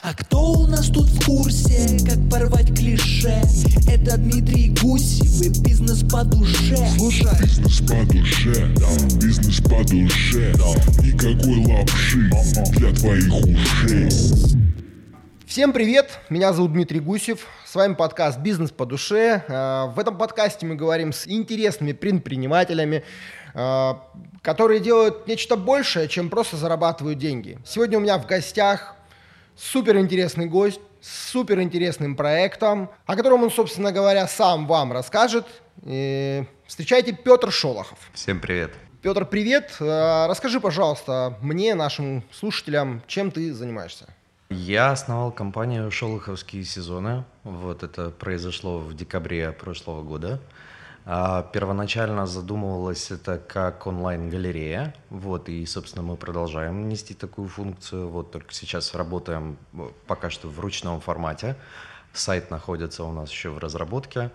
А кто у нас тут в курсе, как порвать клише? Это Дмитрий Гусев и бизнес по душе. Слушай, бизнес по душе, да, бизнес по душе, да. Никакой лапши для твоих ушей. Всем привет, меня зовут Дмитрий Гусев, с вами подкаст «Бизнес по душе». В этом подкасте мы говорим с интересными предпринимателями, которые делают нечто большее, чем просто зарабатывают деньги. Сегодня у меня в гостях суперинтересный гость с суперинтересным проектом, о котором он, собственно говоря, сам вам расскажет. Встречайте, Петр Шолохов. Всем привет. Петр, привет. Расскажи, пожалуйста, мне, нашим слушателям, чем ты занимаешься? Я основал компанию «Шолоховские сезоны». Вот это произошло в декабре прошлого года. Первоначально задумывалось это как онлайн-галерея. Вот, и, собственно, мы продолжаем нести такую функцию. Вот, только сейчас работаем пока что в ручном формате. Сайт находится у нас еще в разработке.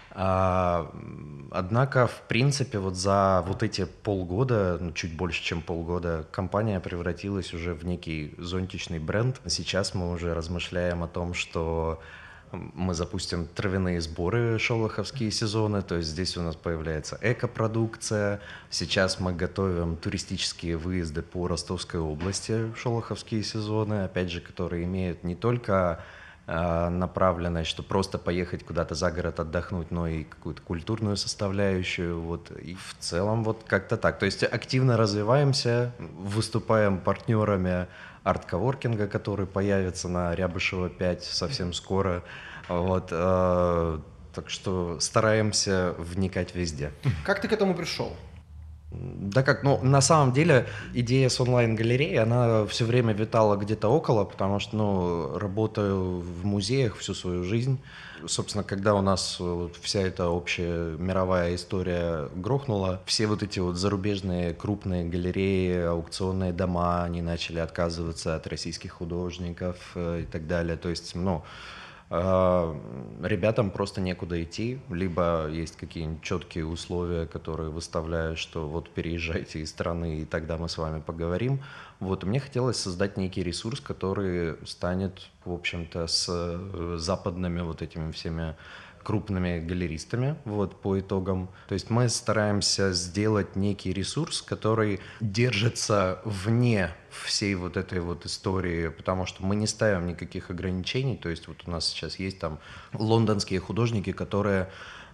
Однако, в принципе, вот за вот эти полгода, чуть больше, чем полгода, компания превратилась уже в некий зонтичный бренд. Сейчас мы уже размышляем о том, что мы запустим травяные сборы «Шолоховские сезоны», то есть здесь у нас появляется экопродукция. Сейчас мы готовим туристические выезды по Ростовской области, «Шолоховские сезоны», опять же, которые имеют не только направленность, что просто поехать куда-то за город отдохнуть, но и какую-то культурную составляющую. Вот. И в целом вот как-то так. То есть активно развиваемся, выступаем партнерами арт-коворкинга, который появится на Рябышева 5 совсем скоро. Вот. Так что стараемся вникать везде. Как ты к этому пришел? Да как, на самом деле идея с онлайн-галереей, она все время витала где-то около, потому что, работаю в музеях всю свою жизнь. Собственно, когда у нас вся эта общая мировая история грохнула, все вот эти вот зарубежные крупные галереи, аукционные дома, они начали отказываться от российских художников и так далее. То есть, ребятам просто некуда идти, либо есть какие-нибудь четкие условия, которые выставляют, что вот переезжайте из страны, и тогда мы с вами поговорим. Вот, и мне хотелось создать некий ресурс, который станет, в общем-то, с западными вот этими всеми крупными галеристами, вот, по итогам. То есть мы стараемся сделать некий ресурс, который держится вне всей вот этой вот истории, потому что мы не ставим никаких ограничений. То есть вот у нас сейчас есть там лондонские художники, которые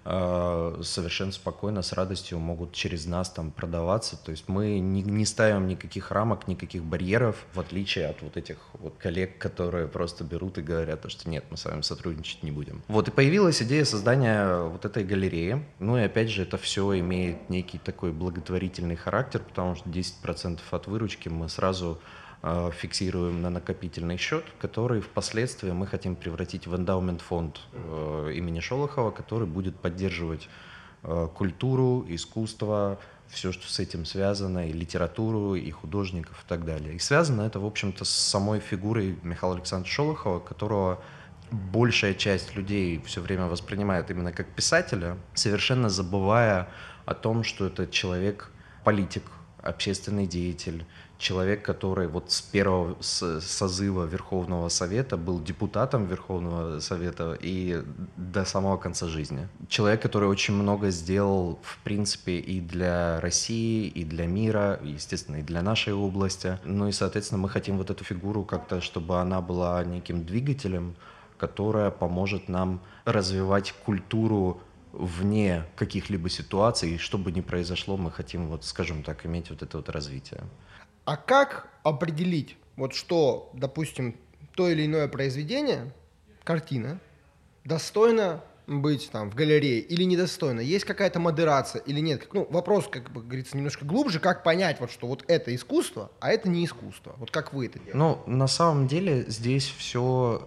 совершенно спокойно, с радостью могут через нас там продаваться. То есть мы не ставим никаких рамок, никаких барьеров, в отличие от вот этих вот коллег, которые просто берут и говорят, что нет, мы с вами сотрудничать не будем. Вот, и появилась идея создания вот этой галереи. Ну и опять же, это все имеет некий такой благотворительный характер, потому что 10% от выручки мы сразу фиксируем на накопительный счет, который впоследствии мы хотим превратить в эндаумент-фонд имени Шолохова, который будет поддерживать культуру, искусство, все, что с этим связано, и литературу, и художников, и так далее. И связано это, в общем-то, с самой фигурой Михаила Александровича Шолохова, которого большая часть людей все время воспринимает именно как писателя, совершенно забывая о том, что это человек, политик, общественный деятель, человек, который вот с первого созыва Верховного Совета был депутатом Верховного Совета и до самого конца жизни. Человек, который очень много сделал, в принципе, и для России, и для мира, естественно, и для нашей области. Ну и, соответственно, мы хотим вот эту фигуру как-то, чтобы она была неким двигателем, которая поможет нам развивать культуру вне каких-либо ситуаций, и что бы ни произошло, мы хотим, вот, скажем так, иметь вот это вот развитие. А как определить, вот что, допустим, то или иное произведение, картина, достойно быть там в галерее или недостойно? Есть какая-то модерация или нет? Вопрос, как бы говорится, немножко глубже, как понять, вот, что вот это искусство, а это не искусство. Вот как вы это делаете? На самом деле здесь все,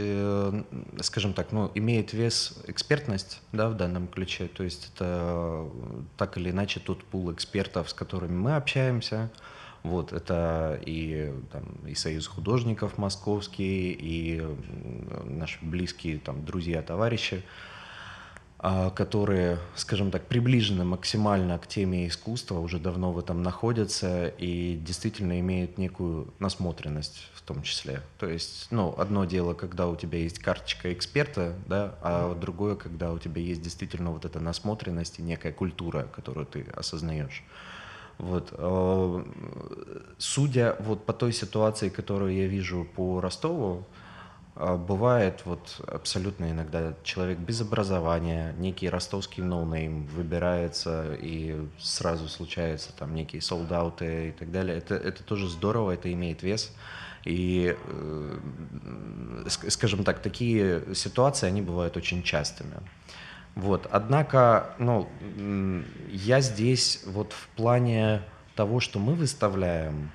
скажем так, имеет вес экспертность, да, в данном ключе. То есть это так или иначе тот пул экспертов, с которыми мы общаемся. Вот, это и Союз художников московский, и наши близкие друзья, товарищи. которые, скажем так, приближены максимально к теме искусства, уже давно в этом находятся и действительно имеют некую насмотренность в том числе. То есть, одно дело, когда у тебя есть карточка эксперта, да, а другое, когда у тебя есть действительно вот эта насмотренность и некая культура, которую ты осознаешь. Вот. Судя вот по той ситуации, которую я вижу по Ростову, бывает вот абсолютно иногда человек без образования, некий ростовский ноунейм выбирается и сразу случается там некие солдаты и так далее. Это тоже здорово, это имеет вес. И, скажем так, такие ситуации, они бывают очень частыми. Вот. Однако, я здесь вот в плане того, что мы выставляем,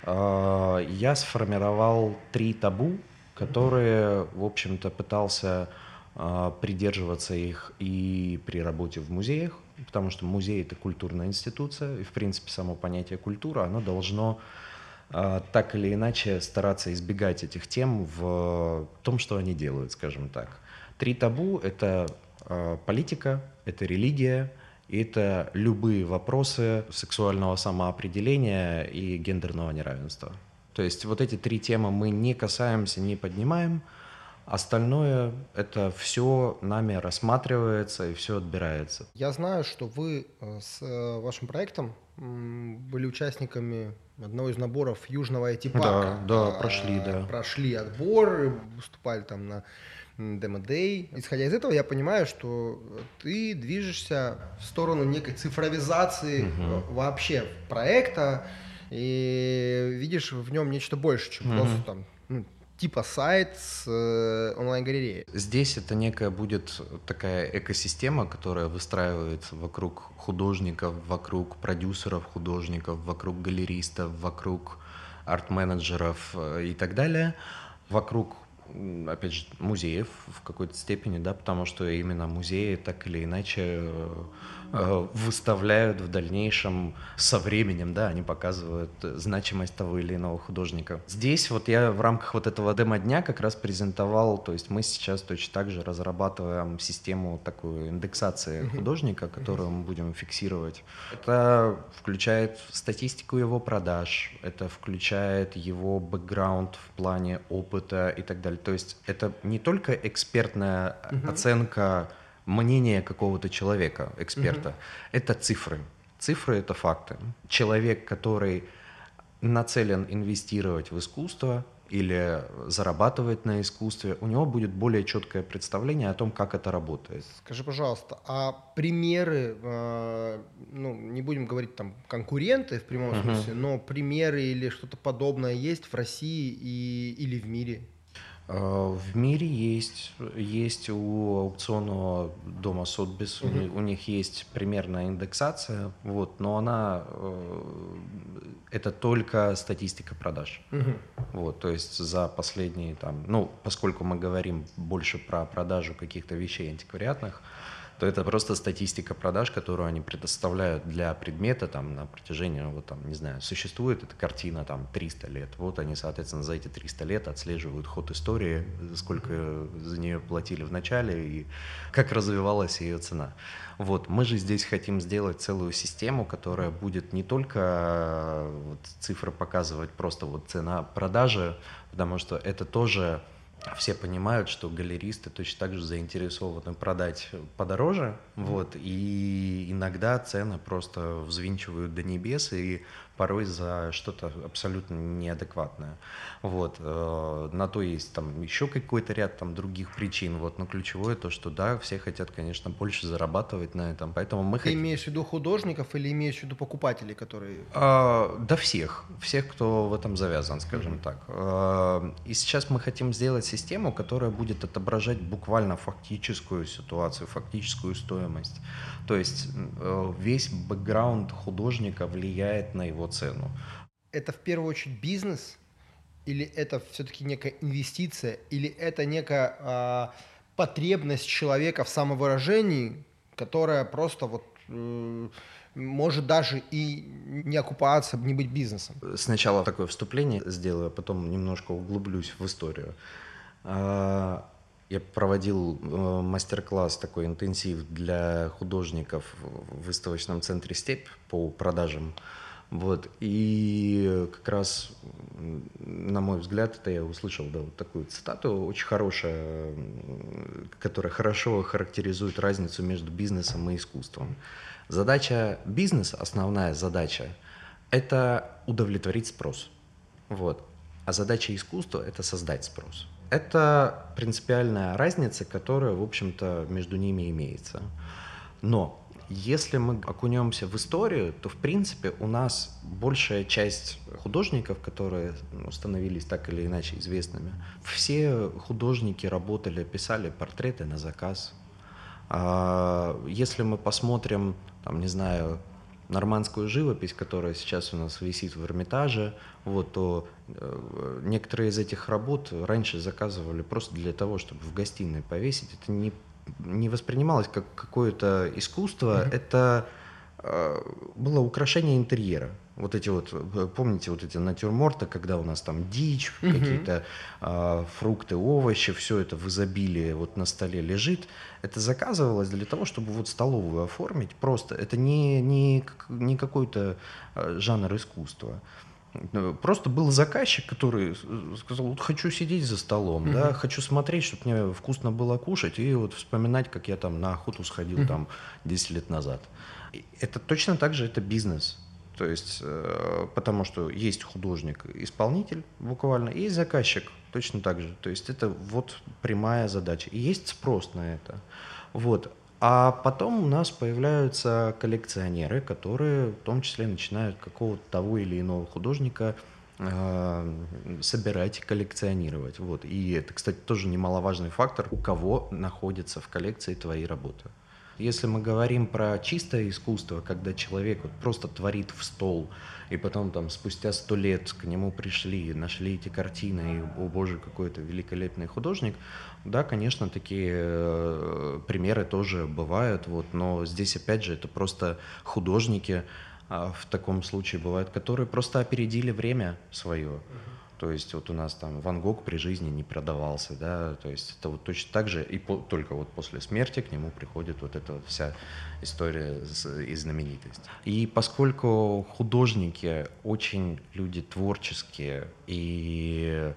я сформировал 3 табу, которые, в общем-то, пытался придерживаться их и при работе в музеях, потому что музей — это культурная институция, и, в принципе, само понятие культура, оно должно так или иначе стараться избегать этих тем в том, что они делают, скажем так. 3 табу — это политика, это религия, и это любые вопросы сексуального самоопределения и гендерного неравенства. То есть вот эти 3 темы мы не касаемся, не поднимаем. Остальное — это все нами рассматривается и все отбирается. Я знаю, что вы с вашим проектом были участниками одного из наборов Южного IT-парка. Да, прошли, да. Прошли отбор, выступали там на демо-дэй. Исходя из этого, я понимаю, что ты движешься в сторону некой цифровизации вообще проекта, и видишь в нем нечто больше, чем просто там, типа сайт с онлайн-галереей. Здесь это некая будет такая экосистема, которая выстраивается вокруг художников, вокруг продюсеров художников, вокруг галеристов, вокруг арт-менеджеров и так далее, вокруг, опять же, музеев в какой-то степени, да, потому что именно музеи так или иначе выставляют в дальнейшем со временем, да, они показывают значимость того или иного художника. Здесь вот я в рамках вот этого демо-дня как раз презентовал, то есть мы сейчас точно так же разрабатываем систему такой индексации художника, которую мы будем фиксировать. Это включает статистику его продаж, это включает его бэкграунд в плане опыта и так далее. То есть это не только экспертная оценка мнение какого-то человека, эксперта. Это цифры. Цифры — это факты. Человек, который нацелен инвестировать в искусство или зарабатывать на искусстве, у него будет более четкое представление о том, как это работает. Скажи, пожалуйста, а примеры, не будем говорить там конкуренты в прямом смысле, но примеры или что-то подобное есть в России или в мире? В мире есть у аукционного дома Сотбис, у них есть примерная индексация, вот, но это только статистика продаж. Вот, то есть за последние поскольку мы говорим больше про продажу каких-то вещей антиквариатных, то это просто статистика продаж, которую они предоставляют для предмета на протяжении, существует эта картина 300 лет. Вот они, соответственно, за эти 300 лет отслеживают ход истории, сколько за нее платили в начале и как развивалась ее цена. Вот. Мы же здесь хотим сделать целую систему, которая будет не только цифры показывать, просто цена продажи, потому что это тоже... Все понимают, что галеристы точно так же заинтересованы продать подороже, и иногда цены просто взвинчивают до небес, и порой за что-то абсолютно неадекватное. На то есть еще какой-то ряд других причин, но ключевое то, что да, все хотят, конечно, больше зарабатывать на этом, поэтому мы Ты имеешь в виду художников или имеешь в виду покупателей, которые... Да всех, кто в этом завязан, скажем так. И сейчас мы хотим сделать систему, которая будет отображать буквально фактическую ситуацию, фактическую стоимость. То есть весь бэкграунд художника влияет на его цену. Это в первую очередь бизнес, или это все-таки некая инвестиция, или это некая потребность человека в самовыражении, которая просто может даже и не окупаться, не быть бизнесом? Сначала такое вступление сделаю, а потом немножко углублюсь в историю. Я проводил мастер-класс, такой интенсив для художников в выставочном центре «Степь» по продажам. Вот. И как раз, на мой взгляд, это я услышал, да, вот такую цитату, очень хорошая, которая хорошо характеризует разницу между бизнесом и искусством. Задача бизнеса, основная задача, это удовлетворить спрос. Вот. А задача искусства – это создать спрос. Это принципиальная разница, которая, в общем-то, между ними имеется. Но если мы окунемся в историю, то, в принципе, у нас большая часть художников, которые становились так или иначе известными, все художники работали, писали портреты на заказ. Если мы посмотрим, там, не знаю, нормандскую живопись, которая сейчас у нас висит в Эрмитаже, вот, то некоторые из этих работ раньше заказывали просто для того, чтобы в гостиной повесить. Это не воспринималось как какое-то искусство, это было украшение интерьера. Вот эти вот, помните, вот эти натюрморты, когда у нас там дичь, какие-то фрукты, овощи, все это в изобилии вот на столе лежит. Это заказывалось для того, чтобы вот столовую оформить. Просто это не какой-то жанр искусства. Просто был заказчик, который сказал: вот хочу сидеть за столом, да, хочу смотреть, чтобы мне вкусно было кушать, и вот вспоминать, как я там на охоту сходил там 10 лет назад. И это точно так же, это бизнес. То есть, потому что есть художник-исполнитель буквально, и есть заказчик точно так же. То есть это вот прямая задача. И есть спрос на это. Вот. А потом у нас появляются коллекционеры, которые в том числе начинают какого-то того или иного художника собирать и коллекционировать. Вот. И это, кстати, тоже немаловажный фактор, у кого находятся в коллекции твои работы. Если мы говорим про чистое искусство, когда человек вот просто творит в стол, и потом там спустя 100 лет к нему пришли, нашли эти картины, и, о боже, какой это великолепный художник, да, конечно, такие примеры тоже бывают, вот, но здесь опять же это просто художники в таком случае бывают, которые просто опередили время свое. То есть вот у нас там Ван Гог при жизни не продавался, да, то есть это вот точно так же, и только вот после смерти к нему приходит вот эта вот вся история и знаменитость. И поскольку художники очень люди творческие и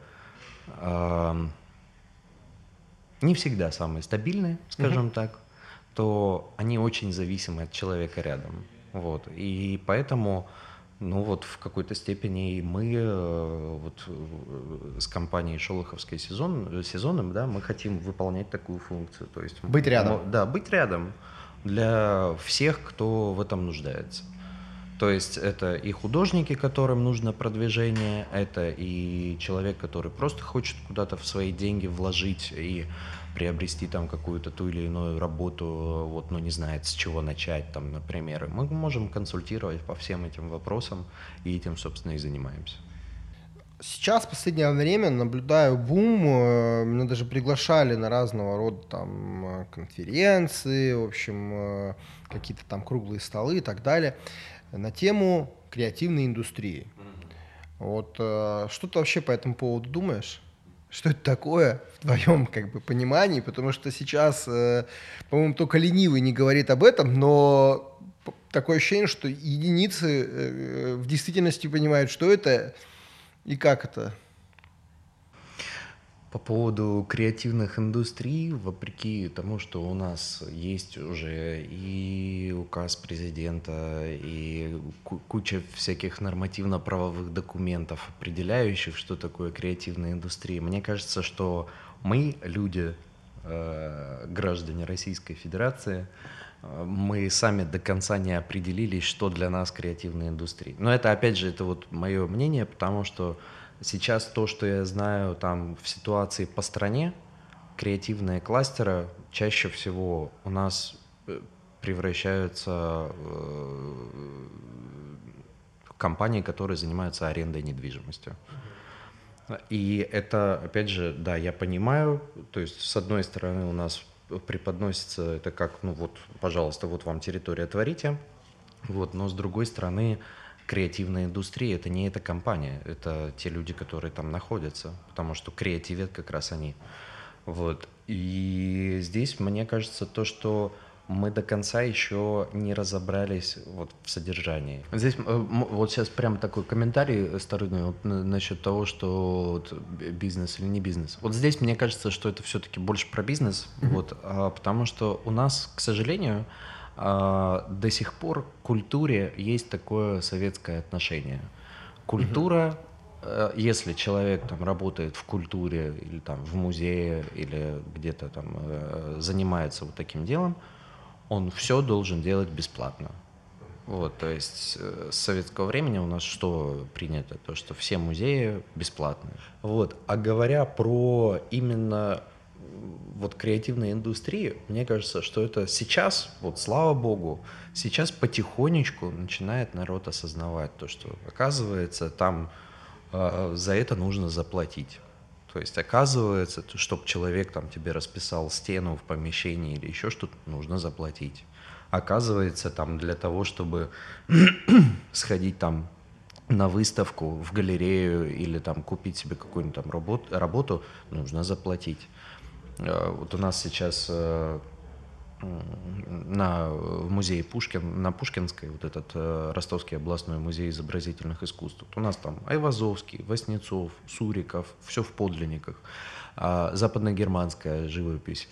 не всегда самые стабильные, скажем так, то они очень зависимы от человека рядом, вот, и поэтому... Ну вот в какой-то степени мы вот с компанией «Шолоховский сезоном, да, мы хотим выполнять такую функцию. То есть, быть рядом. Да, быть рядом для всех, кто в этом нуждается. То есть это и художники, которым нужно продвижение, это и человек, который просто хочет куда-то в свои деньги вложить и приобрести там какую-то ту или иную работу, вот, ну, не знает, с чего начать, там, например. И мы можем консультировать по всем этим вопросам, и этим, собственно, и занимаемся. Сейчас, в последнее время, наблюдаю бум, меня даже приглашали на разного рода там конференции, в общем, какие-то там круглые столы и так далее, на тему креативной индустрии. Вот, что ты вообще по этому поводу думаешь? Что это такое в твоем как бы понимании? Потому что сейчас, по-моему, только ленивый не говорит об этом, но такое ощущение, что единицы в действительности понимают, что это и как это. По поводу креативных индустрий, вопреки тому, что у нас есть уже и указ президента, и куча всяких нормативно-правовых документов, определяющих, что такое креативная индустрия, мне кажется, что мы, люди, граждане Российской Федерации, мы сами до конца не определились, что для нас креативная индустрия. Но это, опять же, это вот мое мнение, потому что сейчас то, что я знаю там в ситуации по стране, креативные кластеры чаще всего у нас превращаются в компании, которые занимаются арендой недвижимости. И это, опять же, да, я понимаю, то есть с одной стороны у нас преподносится это как, ну вот, пожалуйста, вот вам территория, творите, вот, но с другой стороны креативная индустрия — это не эта компания, это те люди, которые там находятся, потому что креативят как раз они. Вот. И здесь, мне кажется, то, что мы до конца еще не разобрались вот в содержании. Здесь вот сейчас прям такой комментарий стороны вот, насчет того, что вот, бизнес или не бизнес. Вот здесь мне кажется, что это все-таки больше про бизнес, вот, потому что у нас, к сожалению, до сих пор к культуре есть такое советское отношение. Культура, если человек там работает в культуре или там в музее или где-то там занимается вот таким делом, он все должен делать бесплатно. Вот, то есть с советского времени у нас что принято? То, что все музеи бесплатные. Вот, а говоря про именно вот креативной индустрии, мне кажется, что это сейчас, вот слава богу, сейчас потихонечку начинает народ осознавать то, что оказывается там за это нужно заплатить. То есть оказывается, чтобы человек там тебе расписал стену в помещении или еще что-то, нужно заплатить. Оказывается, там для того, чтобы сходить там на выставку, в галерею или там купить себе какую-нибудь там работу, нужно заплатить. Вот у нас сейчас в музее на Пушкинской, вот этот Ростовский областной музей изобразительных искусств. Вот у нас там Айвазовский, Васнецов, Суриков, все в подлинниках, западногерманская живопись,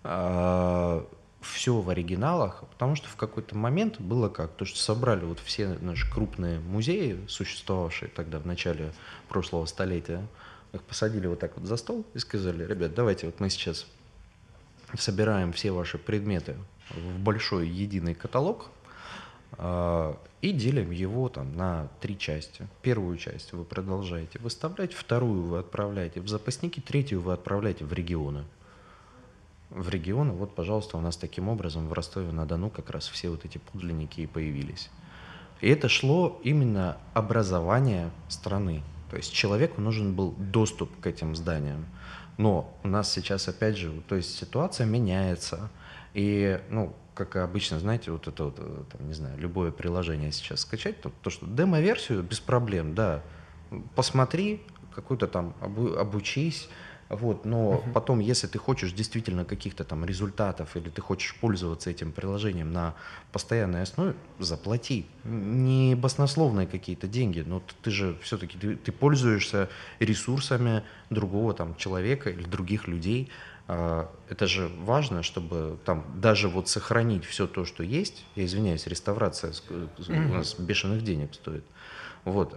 все в оригиналах, потому что в какой-то момент было как, то, что собрали вот все наши крупные музеи, существовавшие тогда в начале прошлого столетия, их посадили вот так вот за стол и сказали: ребят, давайте вот мы сейчас собираем все ваши предметы в большой единый каталог и делим его там на 3 части. Первую часть вы продолжаете выставлять, вторую вы отправляете в запасники, третью вы отправляете в регионы. В регионы, вот, пожалуйста, у нас таким образом в Ростове-на-Дону как раз все вот эти подлинники и появились. И это шло именно образование страны. То есть человеку нужен был доступ к этим зданиям. Но у нас сейчас, опять же, то есть ситуация меняется. И, ну, как обычно, знаете, вот это вот, там, не знаю, любое приложение сейчас скачать, то что демо-версию без проблем, да, посмотри, какой-то там обучись, вот, но потом, если ты хочешь действительно каких-то там результатов или ты хочешь пользоваться этим приложением на постоянной основе, заплати. Не баснословные какие-то деньги, но ты же все-таки ты пользуешься ресурсами другого там человека или других людей. Это же важно, чтобы там даже вот сохранить все то, что есть. Я извиняюсь, реставрация у нас бешеных денег стоит. Вот.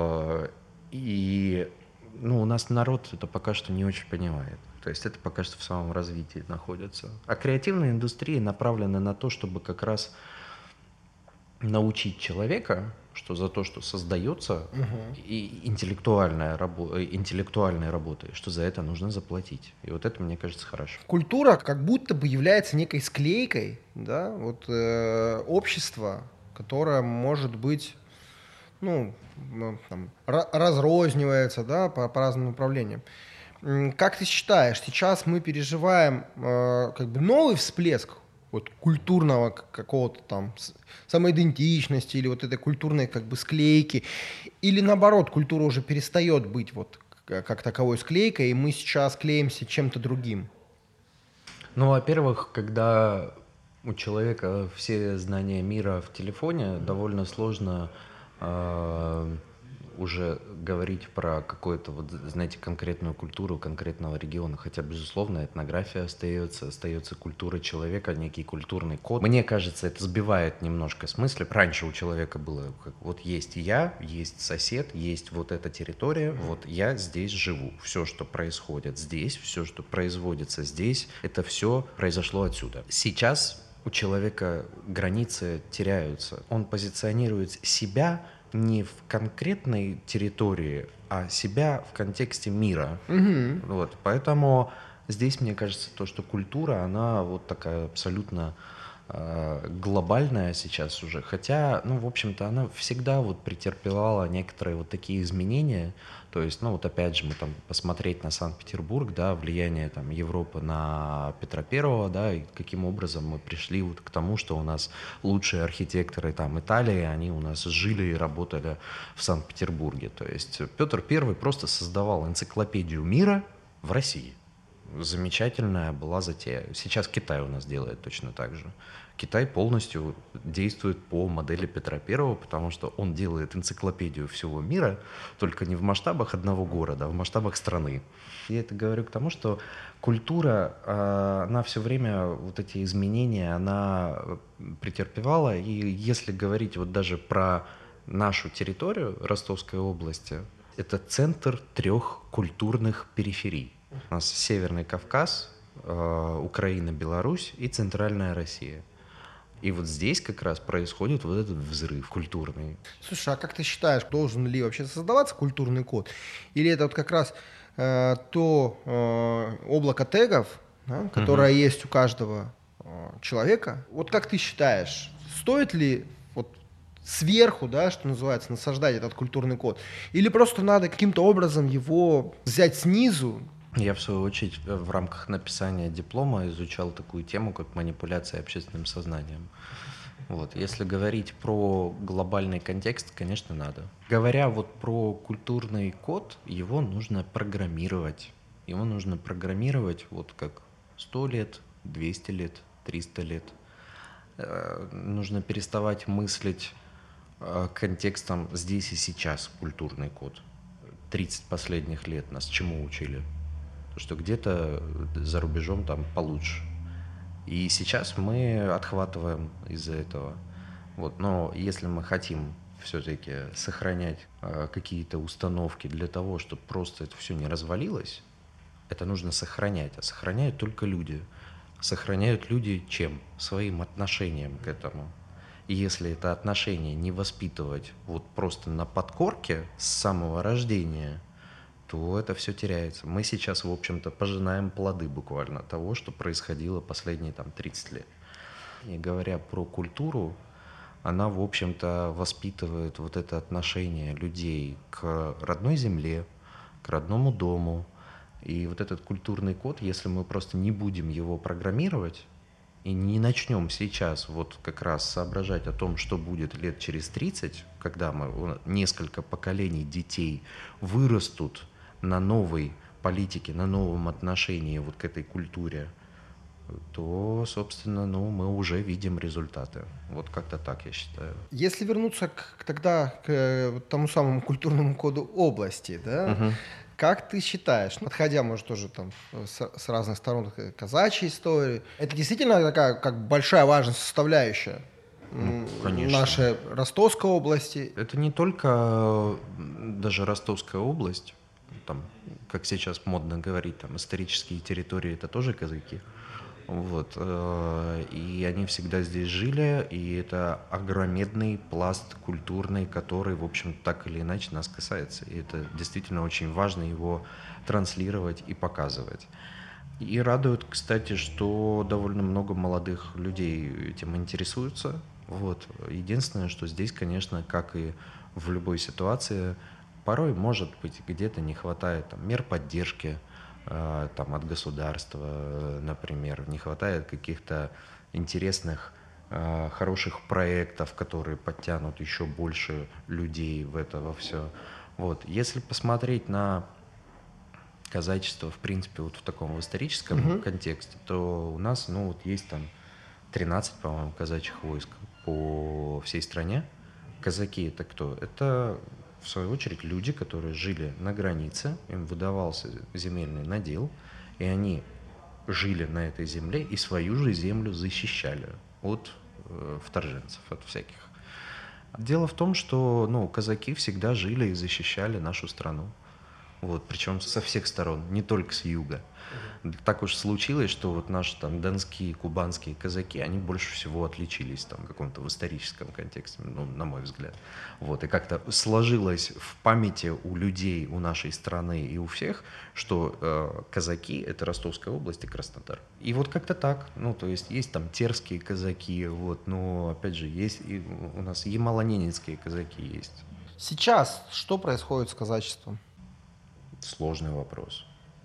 И ну, у нас народ это пока что не очень понимает. То есть это пока что в самом развитии находится. А креативная индустрия направлена на то, чтобы как раз научить человека, что за то, что создается и интеллектуальной работой, что за это нужно заплатить. И вот это, мне кажется, хорошо. Культура как будто бы является некой склейкой, да, вот, общества, которое может быть, ну, там, разрознивается, да, по разным направлениям. Как ты считаешь, сейчас мы переживаем как бы новый всплеск вот культурного какого-то там самоидентичности или вот этой культурной как бы склейки, или наоборот, культура уже перестает быть вот как таковой склейкой, и мы сейчас клеимся чем-то другим? Ну, во-первых, когда у человека все знания мира в телефоне, довольно сложно уже говорить про какую-то, вот, знаете, конкретную культуру конкретного региона. Хотя, безусловно, этнография остается культура человека, некий культурный код. Мне кажется, это сбивает немножко с мысли. Раньше у человека было, вот есть я, есть сосед, есть вот эта территория, вот я здесь живу. Все, что происходит здесь, все, что производится здесь, это все произошло отсюда. Сейчас у человека границы теряются. Он позиционирует себя не в конкретной территории, а себя в контексте мира. Вот, поэтому здесь, мне кажется, то, что культура, она вот такая абсолютно глобальная сейчас уже. Хотя, ну, в общем-то, она всегда вот претерпевала некоторые вот такие изменения. То есть, ну, вот опять же, мы там посмотреть на Санкт-Петербург, да, влияние там Европы на Петра Первого, да, и каким образом мы пришли вот к тому, что у нас лучшие архитекторы там Италии, они у нас жили и работали в Санкт-Петербурге. То есть Петр Первый просто создавал энциклопедию мира в России. замечательная была затея. Сейчас Китай у нас делает точно так же. Китай полностью действует по модели Петра Первого, потому что он делает энциклопедию всего мира, только не в масштабах одного города, а в масштабах страны. Я это говорю к тому, что культура, она все время, вот эти изменения, она претерпевала. И если говорить вот даже про нашу территорию Ростовской области, это центр 3 культурных периферий. У нас Северный Кавказ, Украина, Беларусь и Центральная Россия. И вот здесь как раз происходит вот этот взрыв культурный. Слушай, а как ты считаешь, должен ли вообще создаваться культурный код? Или это вот как раз то облако тегов, да, которое есть у каждого человека? Вот как ты считаешь, стоит ли вот сверху, да, что называется, насаждать этот культурный код? Или просто надо каким-то образом его взять снизу? Я, в свою очередь, в рамках написания диплома изучал такую тему, как манипуляция общественным сознанием. Вот. Если говорить про глобальный контекст, конечно, надо. Говоря вот про культурный код, его нужно программировать. Его нужно программировать вот как 100 лет, 200 лет, 300 лет. Нужно переставать мыслить контекстом здесь и сейчас культурный код. 30 последних лет нас чему учили? Что где-то за рубежом там получше. И сейчас мы отхватываем из-за этого. Вот. Но если мы хотим все-таки сохранять какие-то установки для того, чтобы просто это все не развалилось, это нужно сохранять. А сохраняют только люди. Сохраняют люди чем? Своим отношением к этому. И если это отношение не воспитывать вот просто на подкорке с самого рождения, то это все теряется. Мы сейчас, в общем-то, пожинаем плоды буквально того, что происходило последние 30 лет. И говоря про культуру, она, в общем-то, воспитывает вот это отношение людей к родной земле, к родному дому. И вот этот культурный код, если мы просто не будем его программировать и не начнем сейчас вот как раз соображать о том, что будет лет через 30, когда несколько поколений детей вырастут на новой политике, на новом отношении вот к этой культуре, то, собственно, мы уже видим результаты. Вот как-то так, я считаю. Если вернуться тогда к тому самому культурному коду области, да, как ты считаешь, подходя, может, тоже там с разных сторон казачьей истории, это действительно такая как большая важная составляющая нашей Ростовской области? Это не только даже Ростовская область, там, как сейчас модно говорить, там, исторические территории — это тоже казаки. Вот. И они всегда здесь жили, и это огромный пласт культурный, который, в общем, так или иначе нас касается. И это действительно очень важно его транслировать и показывать. И радует, кстати, что довольно много молодых людей этим интересуются. Вот. Единственное, что здесь, конечно, как и в любой ситуации, порой, может быть, где-то не хватает мер поддержки от государства, например, не хватает каких-то интересных, хороших проектов, которые подтянут еще больше людей в это во все. Вот. Если посмотреть на казачество, в принципе, вот в таком историческом контексте, то у нас, есть 13, по-моему, казачьих войск по всей стране. Казаки — это кто? Это, в свою очередь, люди, которые жили на границе, им выдавался земельный надел, и они жили на этой земле и свою же землю защищали от вторженцев, от всяких. Дело в том, что казаки всегда жили и защищали нашу страну. Вот, причем со всех сторон, не только с юга. Так уж случилось, что вот наши донские, кубанские казаки, они больше всего отличились в каком-то в историческом контексте, на мой взгляд. Вот, и как-то сложилось в памяти у людей, у нашей страны и у всех, что казаки — это Ростовская область и Краснодар. И вот как-то так, то есть терские казаки, вот, но опять же есть и у нас ямало-ненецкие казаки есть. Сейчас что происходит с казачеством? Сложный вопрос.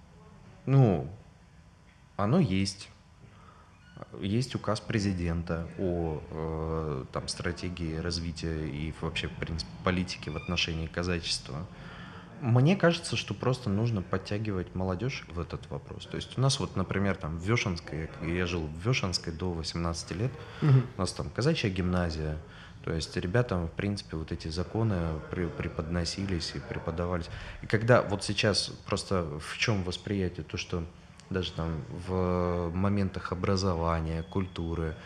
Оно есть. Есть указ президента о стратегии развития и вообще, в принципе, политике в отношении казачества. Мне кажется, что просто нужно подтягивать молодежь в этот вопрос. То есть у нас вот, например, там в Вешенской, я жил в Вешенской до 18 лет, у нас там казачья гимназия, то есть ребятам, в принципе, вот эти законы преподносились и преподавались. И когда вот сейчас просто в чем восприятие, то, что даже там в моментах образования, культуры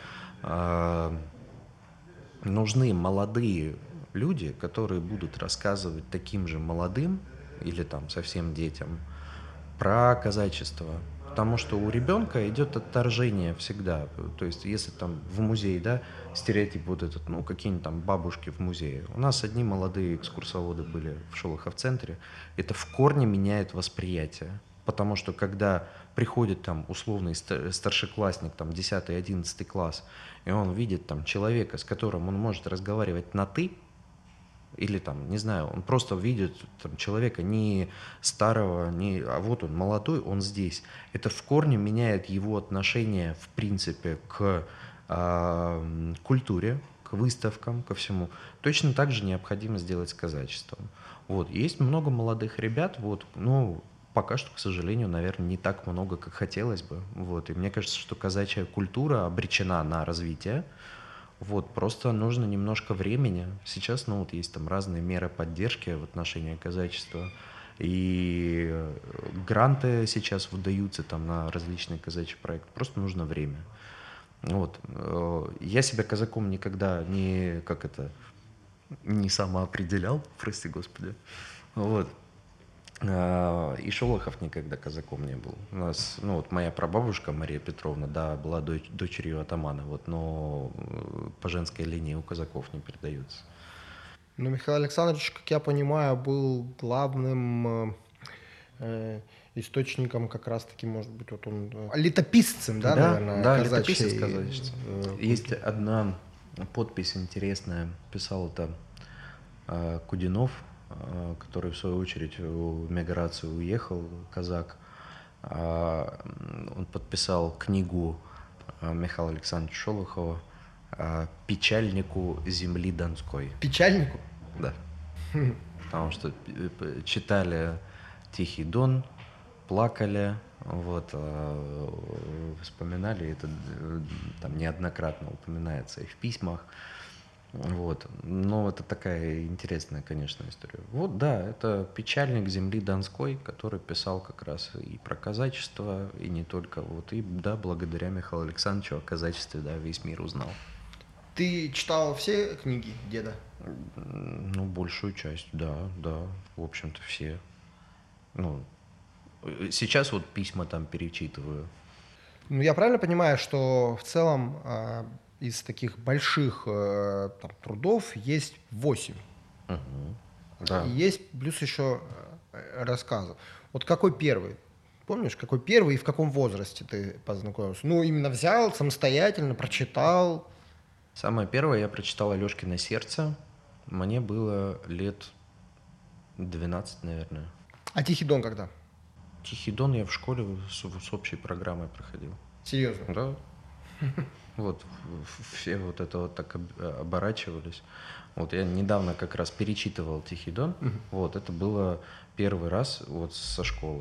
нужны молодые люди, которые будут рассказывать таким же молодым или там совсем детям про казачество. Потому что у ребенка идет отторжение всегда. То есть, если там в музее, да, стереотип вот этот, ну, какие-нибудь там бабушки в музее. У нас одни молодые экскурсоводы были в Шолохов-центре. Это в корне меняет восприятие. Потому что когда приходит там условный старшеклассник, там 10-11 класс, и он видит там человека, с которым он может разговаривать на «ты», или там, не знаю, он просто видит там человека не старого, не, а вот он молодой, он здесь. Это в корне меняет его отношение, в принципе, к культуре, к выставкам, ко всему. Точно так же необходимо сделать с казачеством. Вот. Есть много молодых ребят, вот, ну, пока что, к сожалению, наверное, не так много, как хотелось бы. Вот. И мне кажется, что казачья культура обречена на развитие. Вот, просто нужно немножко времени. Сейчас, ну, вот есть там разные меры поддержки в отношении казачества. И гранты сейчас выдаются там на различные казачьи проекты. Просто нужно время. Вот. Я себя казаком никогда не, как это, не самоопределял, прости господи. Вот. И Шолохов никогда казаком не был. У нас, ну вот моя прабабушка Мария Петровна, да, была дочерью атамана, вот, но по женской линии у казаков не передаются. Ну, Михаил Александрович, как я понимаю, был главным источником как раз-таки, может быть, вот он летописцем, да, наверное, да, казачьей. летописец казачества. Есть одна подпись интересная, писал это Кудинов, который, в свою очередь, в миграцию уехал, казак. Он подписал книгу Михаила Александровича Шолохова «Печальнику земли Донской». Печальнику? Да. Потому что читали «Тихий Дон», плакали, вот, вспоминали, это там неоднократно упоминается и в письмах. Вот. Но это такая интересная, конечно, история. Вот, да, это печальник земли Донской, который писал как раз и про казачество, и не только. Вот, и да, благодаря Михаилу Александровичу о казачестве, да, весь мир узнал. Ты читал все книги деда? Ну, большую часть, да, в общем-то, все. Ну, сейчас вот письма там перечитываю. Ну, я правильно понимаю, что в целом из таких больших там, трудов есть 8. Угу. Да. И есть плюс еще рассказы. Вот какой первый? Помнишь, какой первый и в каком возрасте ты познакомился? Ну, именно взял самостоятельно, прочитал. Самое первое я прочитал «Алешкино сердце». Мне было лет 12, наверное. А «Тихий Дон» когда? «Тихий Дон» я в школе с общей программой проходил. Серьезно? Да. Вот все вот это вот так оборачивались. Вот я недавно как раз перечитывал «Тихий Дон». Вот это было первый раз вот со школы.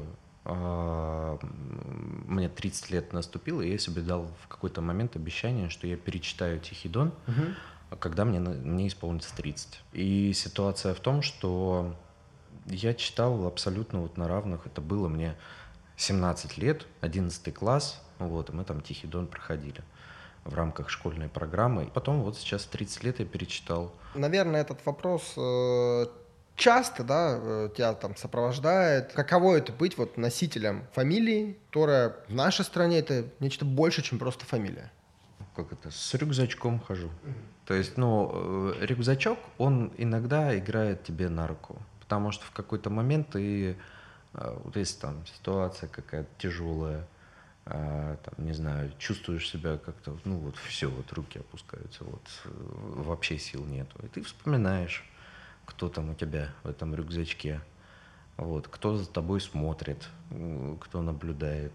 Мне 30 лет наступило, и я себе дал в какой-то момент обещание, что я перечитаю «Тихий Дон», когда мне исполнится 30. И ситуация в том, что я читал абсолютно вот на равных. Это было мне 17 лет, 11 класс, вот, и мы там «Тихий Дон» проходили в рамках школьной программы. Потом вот сейчас в 30 лет я перечитал. Наверное, этот вопрос часто, да, тебя там сопровождает. Каково это быть вот носителем фамилии, которая в нашей стране это нечто больше, чем просто фамилия? Как это? С рюкзачком хожу. То есть, ну, рюкзачок, он иногда играет тебе на руку. Потому что в какой-то момент ты, вот если там ситуация какая-то тяжелая, там, не знаю, чувствуешь себя как-то, ну вот все, вот руки опускаются, вот вообще сил нету. И ты вспоминаешь, кто там у тебя в этом рюкзачке, вот, кто за тобой смотрит, кто наблюдает.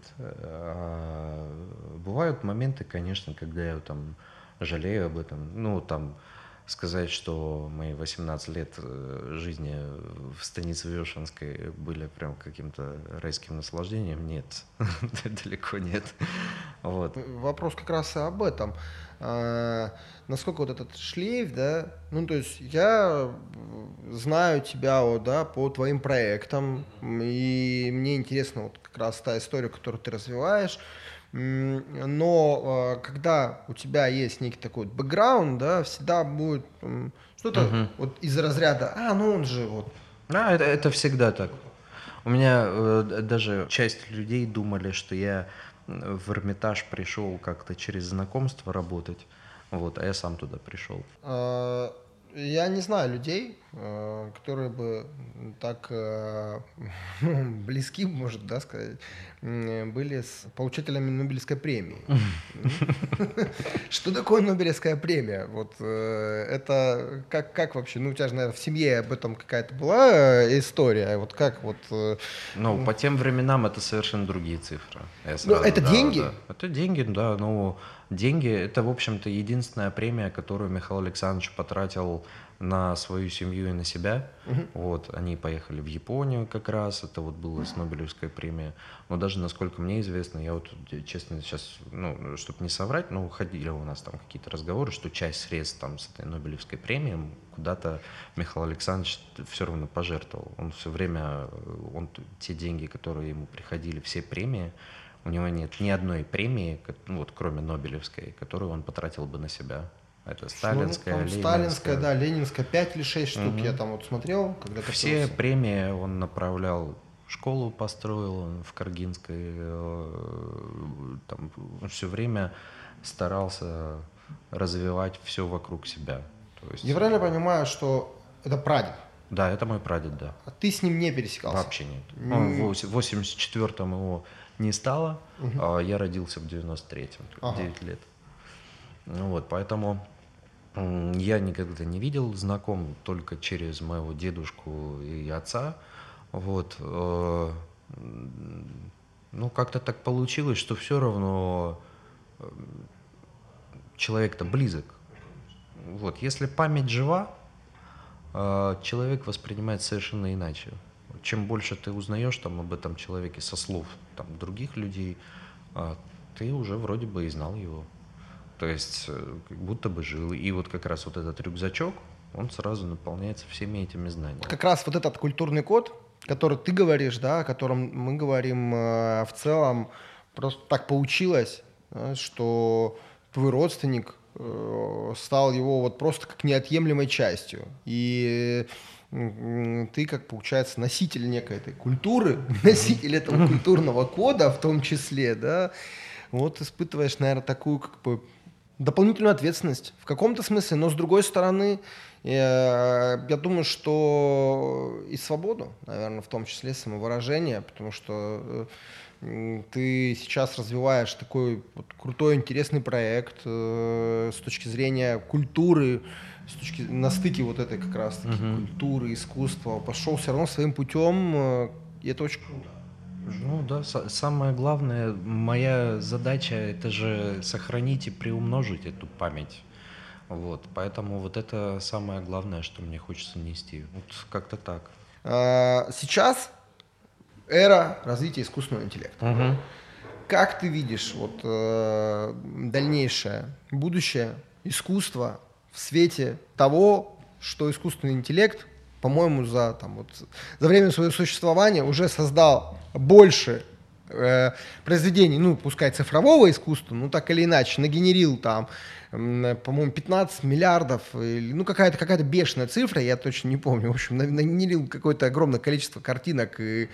Бывают моменты, конечно, когда я там жалею об этом, ну там сказать, что мои 18 лет жизни в станице Вешенской были прям каким-то райским наслаждением, нет, далеко нет. Вот. Вопрос как раз и об этом. Насколько вот этот шлейф, да, ну, то есть я знаю тебя, вот, да, по твоим проектам, и мне интересна вот как раз та история, которую ты развиваешь, но когда у тебя есть некий такой вот бэкграунд, да, всегда будет что-то вот из разряда, ну он же вот. Это всегда так. У меня даже часть людей думали, что я в Эрмитаж пришел как-то через знакомство работать, вот, а я сам туда пришел. Я не знаю людей, которые бы так близки, может, да, сказать, были с получателями Нобелевской премии. Что такое Нобелевская премия? Вот это как вообще? Ну, у тебя же, наверное, в семье об этом какая-то была история. Вот как вот... Ну, по тем временам это совершенно другие цифры. Это деньги? Да. Это деньги, да. Ну, деньги — это, в общем-то, единственная премия, которую Михаил Александрович потратил на свою семью и на себя. Вот, они поехали в Японию как раз, это вот была Нобелевская премия. Но даже, насколько мне известно, я вот, честно, сейчас, ну, чтобы не соврать, но ходили у нас там какие-то разговоры, что часть средств там с этой Нобелевской премией куда-то Михаил Александрович все равно пожертвовал. Он все время, те деньги, которые ему приходили, все премии, у него нет ни одной премии, вот, кроме Нобелевской, которую он потратил бы на себя. Это сталинская, ленинская. Сталинская, да, ленинская, 5 или 6 штук я там вот смотрел. Когда все премии он направлял, школу построил в Каргинской, там все время старался развивать все вокруг себя. То есть, я правильно понимаю, что это прадед? Да, это мой прадед, да. А ты с ним не пересекался? Вообще нет. В 84-м его не стало, а я родился в 93-м, 9 лет. Вот, поэтому я никогда не видел, знаком только через моего дедушку и отца. Вот, ну, как-то так получилось, что все равно человек-то близок. Вот, если память жива, человек воспринимает совершенно иначе. Чем больше ты узнаешь там об этом человеке со слов там, других людей, ты уже вроде бы и знал его. То есть как будто бы жил. И вот как раз вот этот рюкзачок, он сразу наполняется всеми этими знаниями. Как раз вот этот культурный код, который ты говоришь, да, о котором мы говорим в целом, просто так получилось, что твой родственник стал его вот просто как неотъемлемой частью. И ты, как получается, носитель некой этой культуры, носитель этого культурного кода в том числе, да, вот испытываешь, наверное, такую как бы дополнительную ответственность в каком-то смысле, но с другой стороны, я думаю, что и свободу, наверное, в том числе самовыражение, потому что ты сейчас развиваешь такой вот крутой, интересный проект с точки зрения культуры, на стыке вот этой как раз-таки культуры, искусства, пошел все равно своим путем, и это очень круто. Ну да, самое главное, моя задача — это же сохранить и приумножить эту память. Вот, поэтому вот это самое главное, что мне хочется нести. Вот как-то так. Сейчас эра развития искусственного интеллекта. Как ты видишь вот, дальнейшее будущее искусства в свете того, что искусственный интеллект, по-моему, за время своего существования уже создал больше произведений, ну, пускай цифрового искусства, ну, так или иначе, нагенерил там, по-моему, 15 миллиардов, ну, какая-то бешеная цифра, я точно не помню, в общем, нагенерил какое-то огромное количество картинок и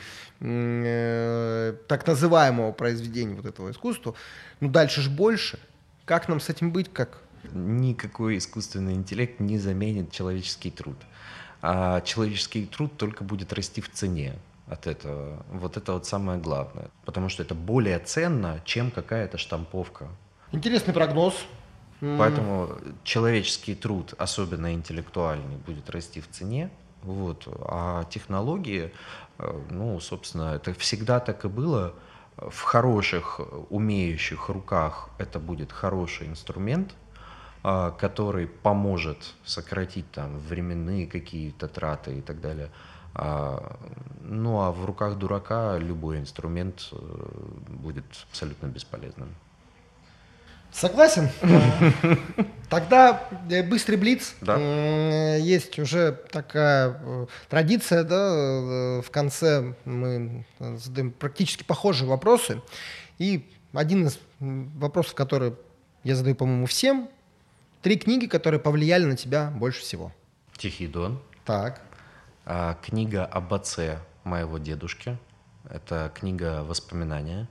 так называемого произведения вот этого искусства, ну, дальше ж больше. Как нам с этим быть, как? Никакой искусственный интеллект не заменит человеческий труд. А человеческий труд только будет расти в цене от этого. Вот это вот самое главное. Потому что это более ценно, чем какая-то штамповка. Интересный прогноз. Поэтому человеческий труд, особенно интеллектуальный, будет расти в цене. Вот. А технологии, ну, собственно, это всегда так и было. В хороших, умеющих руках это будет хороший инструмент. который поможет сократить там временные какие-то траты и так далее. Ну а в руках дурака любой инструмент будет абсолютно бесполезным. Согласен. Тогда быстрый блиц. Да. Есть уже такая традиция, да, в конце мы задаем практически похожие вопросы. И один из вопросов, который я задаю, по-моему, всем. 3 книги, которые повлияли на тебя больше всего. «Тихий Дон». Так. Книга об отце моего дедушки. Это книга «Воспоминания».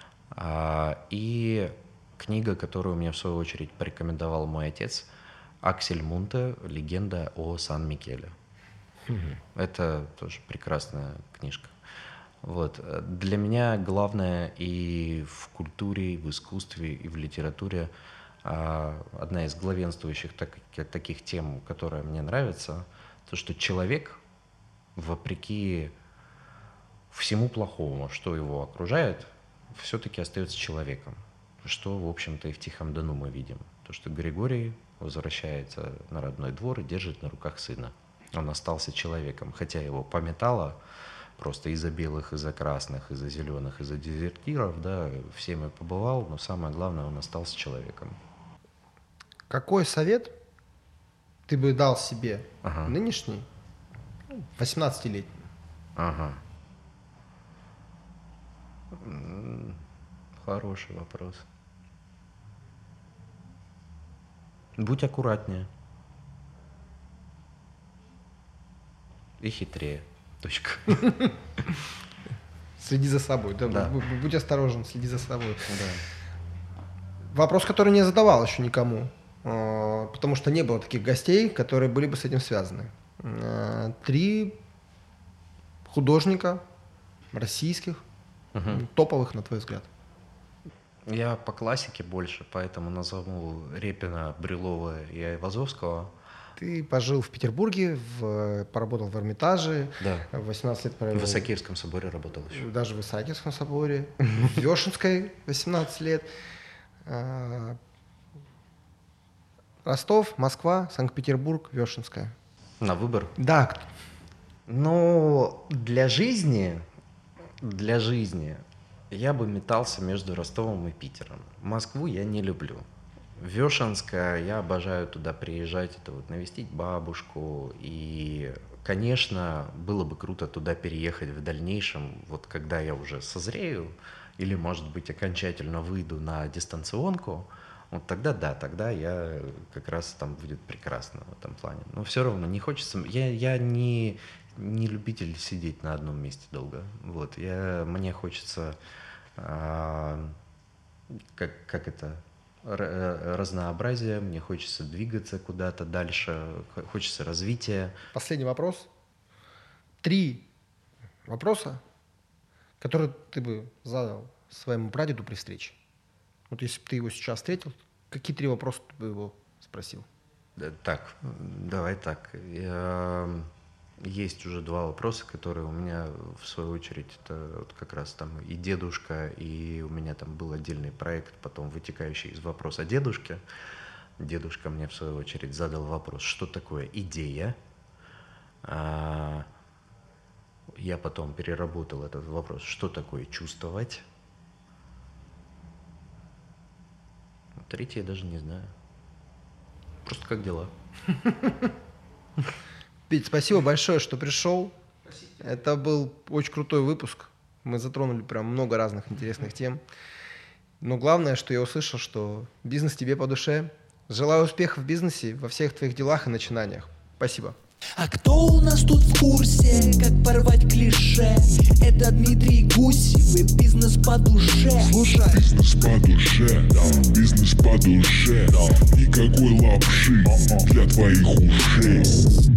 И книга, которую мне в свою очередь порекомендовал мой отец, Аксель Мунте «Легенда о Сан-Микеле». Это тоже прекрасная книжка. Вот. Для меня главное и в культуре, и в искусстве, и в литературе одна из главенствующих таких тем, которая мне нравится, то, что человек, вопреки всему плохому, что его окружает, все-таки остается человеком. Что, в общем-то, и в «Тихом Дону» мы видим. То, что Григорий возвращается на родной двор и держит на руках сына. Он остался человеком, хотя его пометало просто из-за белых, из-за красных, из-за зеленых, из-за дезертиров, да, всем и побывал, но самое главное, он остался человеком. Какой совет ты бы дал себе нынешний, 18-летний? Хороший вопрос. Будь аккуратнее. И хитрее. Точка. Следи за собой. Да. Будь осторожен, следи за собой. Да. Вопрос, который не задавал еще никому, потому что не было таких гостей, которые были бы с этим связаны. 3 художника российских, топовых, на твой взгляд. Я по классике больше, поэтому назову Репина, Брюлова и Айвазовского. Ты пожил в Петербурге, поработал в Эрмитаже, Да. 18 лет провел. В Исаакиевском соборе работал еще. Даже в Исаакиевском соборе, в Вешенской 18 лет. Ростов, Москва, Санкт-Петербург, Вешенская. На выбор? Да. Ну, для жизни я бы метался между Ростовом и Питером. Москву я не люблю. Вешенская, я обожаю туда приезжать, это вот навестить бабушку. И, конечно, было бы круто туда переехать в дальнейшем, вот когда я уже созрею, или, может быть, окончательно выйду на дистанционку, вот тогда да, тогда я как раз там будет прекрасно в этом плане. Но все равно не хочется, я не любитель сидеть на одном месте долго. Вот, мне хочется, разнообразия, мне хочется двигаться куда-то дальше, хочется развития. Последний вопрос. 3 вопроса, которые ты бы задал своему прадеду при встрече. Вот если бы ты его сейчас встретил, какие 3 вопроса ты бы его спросил? Так, давай так. Есть уже 2 вопроса, которые у меня, в свою очередь, это вот как раз там и дедушка, и у меня там был отдельный проект, потом вытекающий из вопроса дедушки. Дедушка мне, в свою очередь, задал вопрос, что такое идея. Я потом переработал этот вопрос, что такое чувствовать. 3 я даже не знаю. Просто как дела. Петь, спасибо большое, что пришел. Это был очень крутой выпуск. Мы затронули прям много разных интересных тем. Но главное, что я услышал, что бизнес тебе по душе. Желаю успехов в бизнесе, во всех твоих делах и начинаниях. Спасибо. А кто у нас тут в курсе, как порвать клише? Это Дмитрий Гусев и бизнес по душе. Слушай. Бизнес по душе, да, бизнес по душе, да. Никакой лапши для твоих ушей.